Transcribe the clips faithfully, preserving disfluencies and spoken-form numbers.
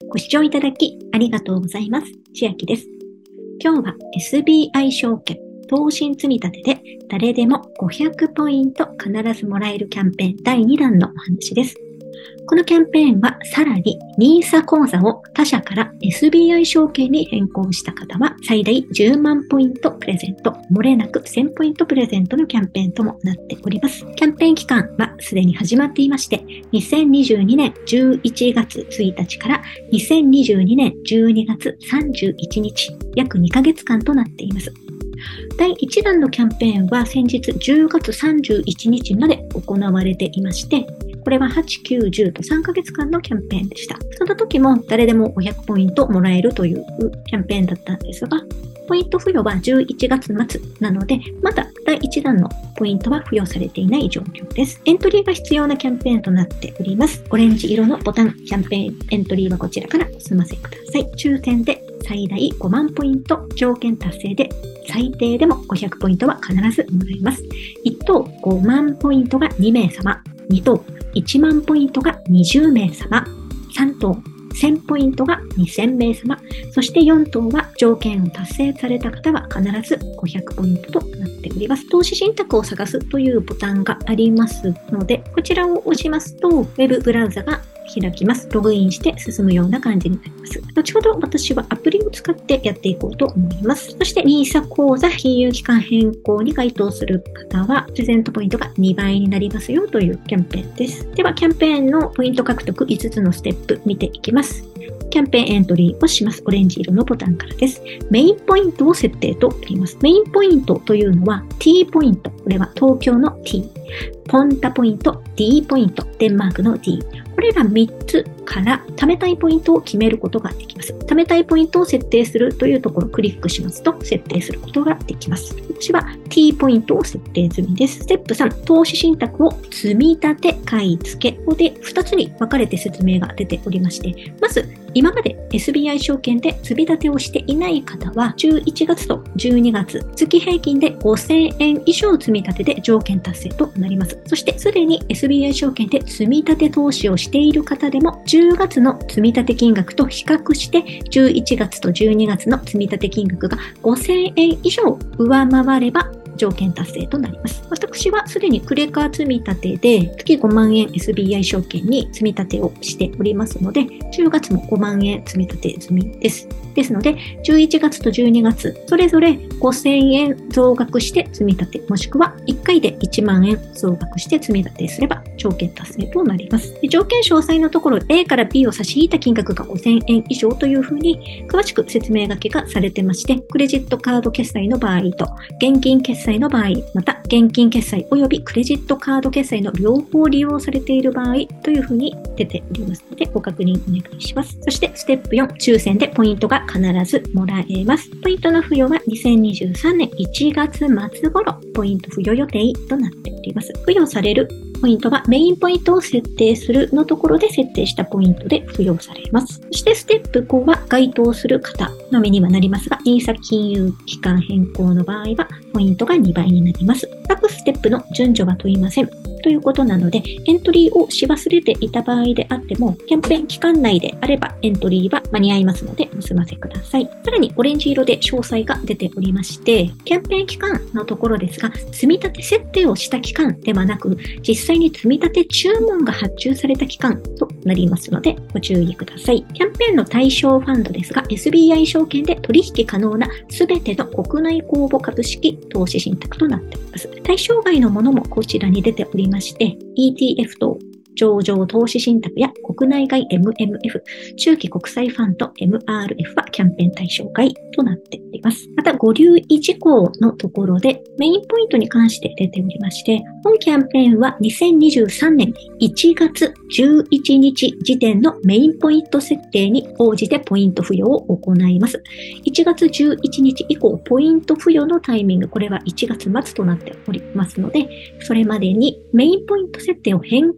ご視聴いただきありがとうございます。千秋です。今日は エスビーアイ 証券投信積立で誰でもごひゃくポイント必ずもらえるキャンペーンだいにだんのお話です。このキャンペーンはさらに ニーサ 口座を他社から エスビーアイ 証券に変更した方は最大じゅうまんポイントプレゼント、漏れなくせんポイントプレゼントのキャンペーンともなっております。キャンペーン期間はすでに始まっていまして、にせんにじゅうにねんじゅういちがつついたちからにせんにじゅうにねんじゅうにがつさんじゅういちにち、約にかげつかんとなっています。だいいちだんのキャンペーンは先日じゅうがつさんじゅういちにちまで行われていまして、これははち、きゅう、じゅうとさんかげつかんのキャンペーンでした。その時も誰でもごひゃくポイントもらえるというキャンペーンだったんですが、ポイント付与はじゅういちがつまつなので、まだだいいちだんのポイントは付与されていない状況です。エントリーが必要なキャンペーンとなっております。オレンジ色のボタン、キャンペーンエントリーはこちらからお済ませください。抽選で最大ごまんポイント、条件達成で最低でもごひゃくポイントは必ずもらえます。いち等ごまんポイントがにめいさま、に等いちまんポイントがにじゅうめいさま、さん等せんポイントがにせんめいさま、そしてよん等は条件を達成された方は必ずごひゃくポイントとなっております。投資信託を探すというボタンがありますので、こちらを押しますと、ウェブブラウザが開きます。ログインして進むような感じになります。後ほど私はアプリを使ってやっていこうと思います。そして ニーサ 口座金融機関変更に該当する方はプレゼントポイントがにばいになりますよというキャンペーンです。ではキャンペーンのポイント獲得いつつのステップ見ていきます。キャンペーンエントリーをします。オレンジ色のボタンからです。メインポイントを設定と言います。メインポイントというのは T ポイント。これは東京の T。ポンタポイント、D ポイント、デンマークの D。これらみっつから貯めたいポイントを決めることができます。貯めたいポイントを設定するというところをクリックしますと設定することができます。私は T ポイントを設定済みです。ステップさん、投資信託を積み立て買い付け。ここでふたつに分かれて説明が出ておりまして、まず今まで エスビーアイ 証券で積み立てをしていない方はじゅういちがつとじゅうにがつ、月平均でごせんえん以上積み立てで条件達成となります。そしてすでに エスビーアイ 証券で積み立て投資をしている方でもじゅうがつの積み立て金額と比較してじゅういちがつとじゅうにがつの積み立て金額がごせんえん以上上回れば条件達成となります。私はすでにクレカ積み立てで月ごまんえん エスビーアイ 証券に積み立てをしておりますので、じゅうがつもごまんえん積み立て済みです。ですので、じゅういちがつとじゅうにがつ、それぞれごせんえん増額して積み立て、もしくはいっかいでいちまんえん増額して積み立てすれば条件達成となります。で、条件詳細のところ A から B を差し引いた金額がごせんえん以上というふうに詳しく説明書きがされてまして、クレジットカード決済の場合と現金決済の場合、また現金決済及びクレジットカード決済の両方利用されている場合というふうに出ておりますのでご確認お願いします。そしてステップよん、抽選でポイントが必ずもらえます。ポイントの付与はにせんにじゅうさんねんいちがつまつ頃ポイント付与予定となっております。付与されるポイントはメインポイントを設定するのところで設定したポイントで付与されます。そしてステップごは該当する方のみにはなりますが、ニーサ 金融機関変更の場合はポイントがにばいになります。各ステップの順序は問いません。ということなので、エントリーをし忘れていた場合であっても、キャンペーン期間内であればエントリーは間に合いますので、お済ませください。さらに、オレンジ色で詳細が出ておりまして、キャンペーン期間のところですが、積み立て設定をした期間ではなく、実際に積み立て注文が発注された期間となりますので、ご注意ください。キャンペーンの対象ファンドですが、エスビーアイ 証券で取引可能なすべての国内公募株式投資信託となっております。対象外のものもこちらに出ておりまして、イーティーエフ 等上場投資信託や国内外 エムエムエフ、中期国際ファンド エムアールエフ はキャンペーン対象外となっております。また、ご留意事項のところでメインポイントに関して出ておりまして、本キャンペーンはにせんにじゅうさんねんいちがつじゅういちにち時点のメインポイント設定に応じてポイント付与を行います。いちがつじゅういちにち以降、ポイント付与のタイミング、これはいちがつまつとなっておりますので、それまでにメインポイント設定を変更され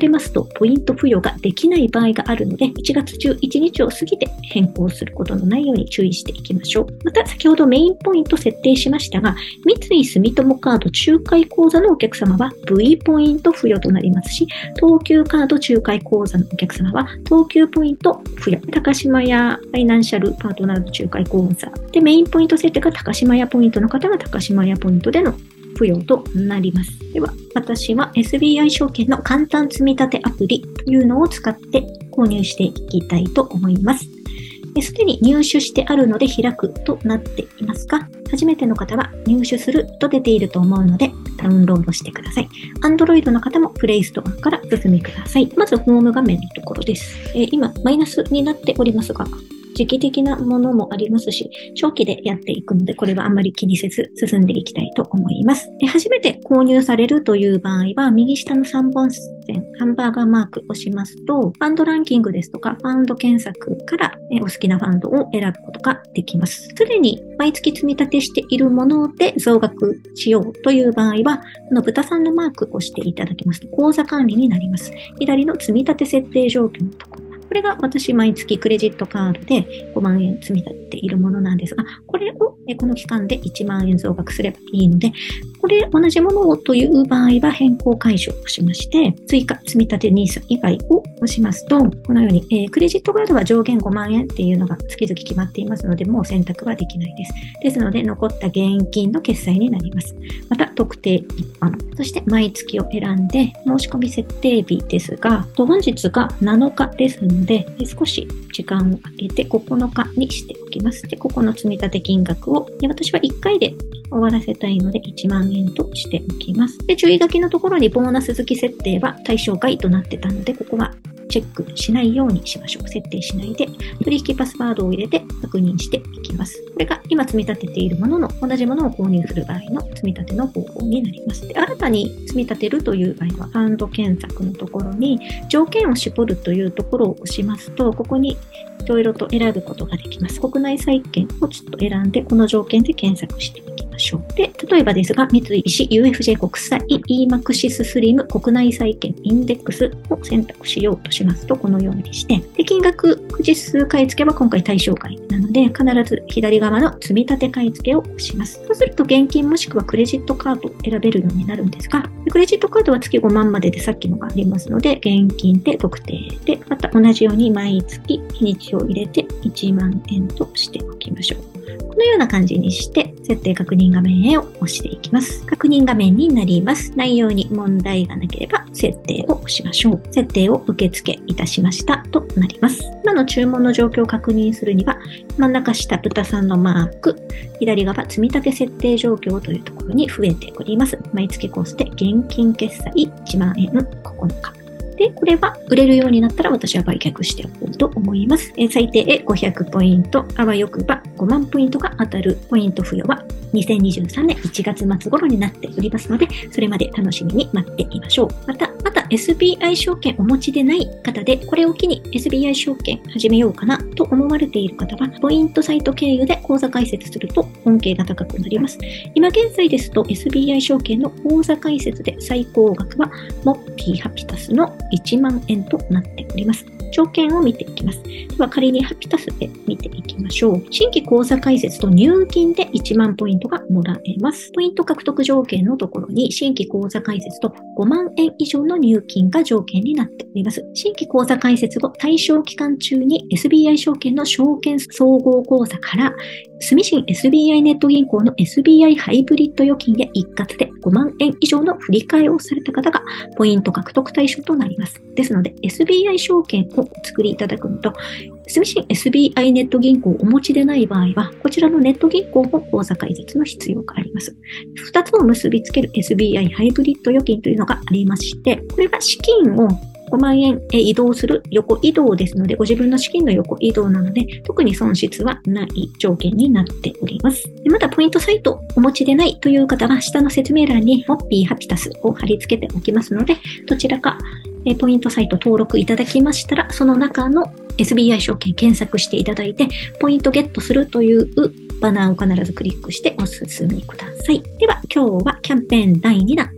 れますと、ポイント付与ができない場合があるので、いちがつじゅういちにちを過ぎて変更することのないように注意していきましょう。また、先ほどメインポイント設定しましたが、三井住友カード仲介口座のお客様は V ポイント付与となりますし、東急カード仲介口座のお客様は東急ポイント付与、高島屋ファイナンシャルパートナード仲介口座で、メインポイント設定が高島屋ポイントの方は高島屋ポイントでの付与となります。では、私は エスビーアイ 証券の簡単積み立てアプリというのを使って購入していきたいと思います。すでに入手してあるので開くとなっていますが、初めての方は入手すると出ていると思うのでダウンロードしてください。Android の方も Play Store から進みください。まずホーム画面のところです。えー、今マイナスになっておりますが、時期的なものもありますし、長期でやっていくので、これはあんまり気にせず進んでいきたいと思います。で、初めて購入されるという場合は、右下のさんぼん線、ハンバーガーマークを押しますと、ファンドランキングですとか、ファンド検索からお好きなファンドを選ぶことができます。すでに毎月積み立てしているもので増額しようという場合は、この豚さんのマークを押していただきますと、口座管理になります。左の積み立て設定状況のところ。これが私毎月クレジットカードでごまんえん積み立てているものなんですが、これをこの期間でいちまんえん増額すればいいので、これ同じものをという場合は変更解消をしまして、追加積み立てニーサ以外を押しますと、このように、えー、クレジットカードは上限ごまんえんっていうのが月々決まっていますので、もう選択はできないです。ですので、残った現金の決済になります。また、特定一般、そして毎月を選んで、申し込み設定日ですが、本日がなのかですので、少し時間をかけてここのかにしておきます。で、ここの積み立て金額を、で私はいっかいで終わらせたいのでいちまんえんとしておきます。で、注意書きのところにボーナス付き設定は対象外となってたので、ここはチェックしないようにしましょう。設定しないで、取引パスワードを入れて確認していきます。これが今積み立てているものの同じものを購入する場合の積み立ての方法になります。で、新たに積み立てるという場合は、ファンド検索のところに条件を絞るというところを押しますと、ここにいろいろと選ぶことができます。国内債券をちょっと選んで、この条件で検索していきましょう。で、例えばですが、三菱 ユーエフジェー 国際 イーマクシス スリム国内債券インデックスを選択しようとしますと、このようにして、で、金額実数買い付けは今回対象外なので、必ず左側の積み立て買い付けを押します。そうすると現金もしくはクレジットカードを選べるようになるんですが、クレジットカードは月ごまんまででさっきのがありますので、現金で特定で、また同じように毎月日にちを入れていちまんえんとしておきましょう。このような感じにして、設定確認画面へを押していきます。確認画面になります。内容に問題がなければ、設定を押しましょう。設定を受付いたしましたとなります。今の注文の状況を確認するには、真ん中下、豚さんのマーク、左側、積み立て設定状況というところに増えております。毎月コストで現金決済いちまんえんここのか。で、これは売れるようになったら私は売却しておこうと思います。え最低ごひゃくポイント、あわよくばごまんポイントが当たるポイント付与はにせんにじゅうさんねんいちがつまつ頃になっておりますので、それまで楽しみに待っていましょう。また、また エスビーアイ 証券お持ちでない方で、これを機に エスビーアイ 証券始めようかなと思われている方は、ポイントサイト経由で口座開設すると恩恵が高くなります。今現在ですと エスビーアイ 証券の口座開設で最高額はモッピーハピタスのいちまんえんとなっております。条件を見ていきます。では仮にハピタスで見ていきましょう。新規口座開設と入金でいちまんポイントがもらえます。ポイント獲得条件のところに新規口座開設とごまんえん以上の入金が条件になっております。新規口座開設後対象期間中に エスビーアイ 証券の証券総合口座から住信 エスビーアイ ネット銀行の エスビーアイ ハイブリッド預金で一括でごまんえん以上の振り替えをされた方がポイント獲得対象となります。ですので エスビーアイ 証券をお作りいただくのと住信 エスビーアイ ネット銀行をお持ちでない場合は、こちらのネット銀行も口座開設の必要があります。二つを結びつける エスビーアイ ハイブリッド預金というのがありまして、これが資金をごまんえん移動する横移動ですので、ご自分の資金の横移動なので、特に損失はない条件になっております。でまた、ポイントサイトお持ちでないという方は、下の説明欄にモッピーハピタスを貼り付けておきますので、どちらかポイントサイト登録いただきましたら、その中の エスビーアイ 証券検索していただいて、ポイントゲットするというバナーを必ずクリックしてお進みください。では、今日はキャンペーンだいにだん、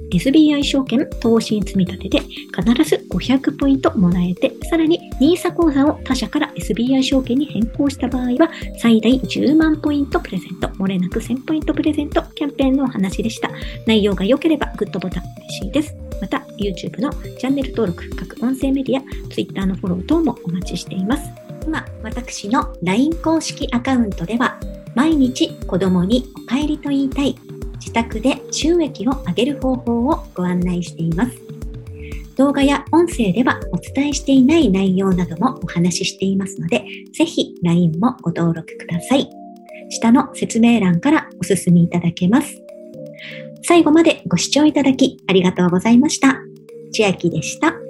エスビーアイ 証券投資積立で必ずごひゃくポイントもらえて、さらに ニーサ 口座を他社から エスビーアイ 証券に変更した場合は最大じゅうまんポイントプレゼント、漏れなくせんポイントプレゼントキャンペーンのお話でした。内容が良ければグッドボタン嬉しいです。また YouTube のチャンネル登録、各音声メディア、Twitter のフォロー等もお待ちしています。今、私の ライン 公式アカウントでは毎日子供にお帰りと言いたい、自宅で収益を上げる方法をご案内しています。動画や音声ではお伝えしていない内容などもお話ししていますので、ぜひ ライン もご登録ください。下の説明欄からお進みいただけます。最後までご視聴いただきありがとうございました。千秋でした。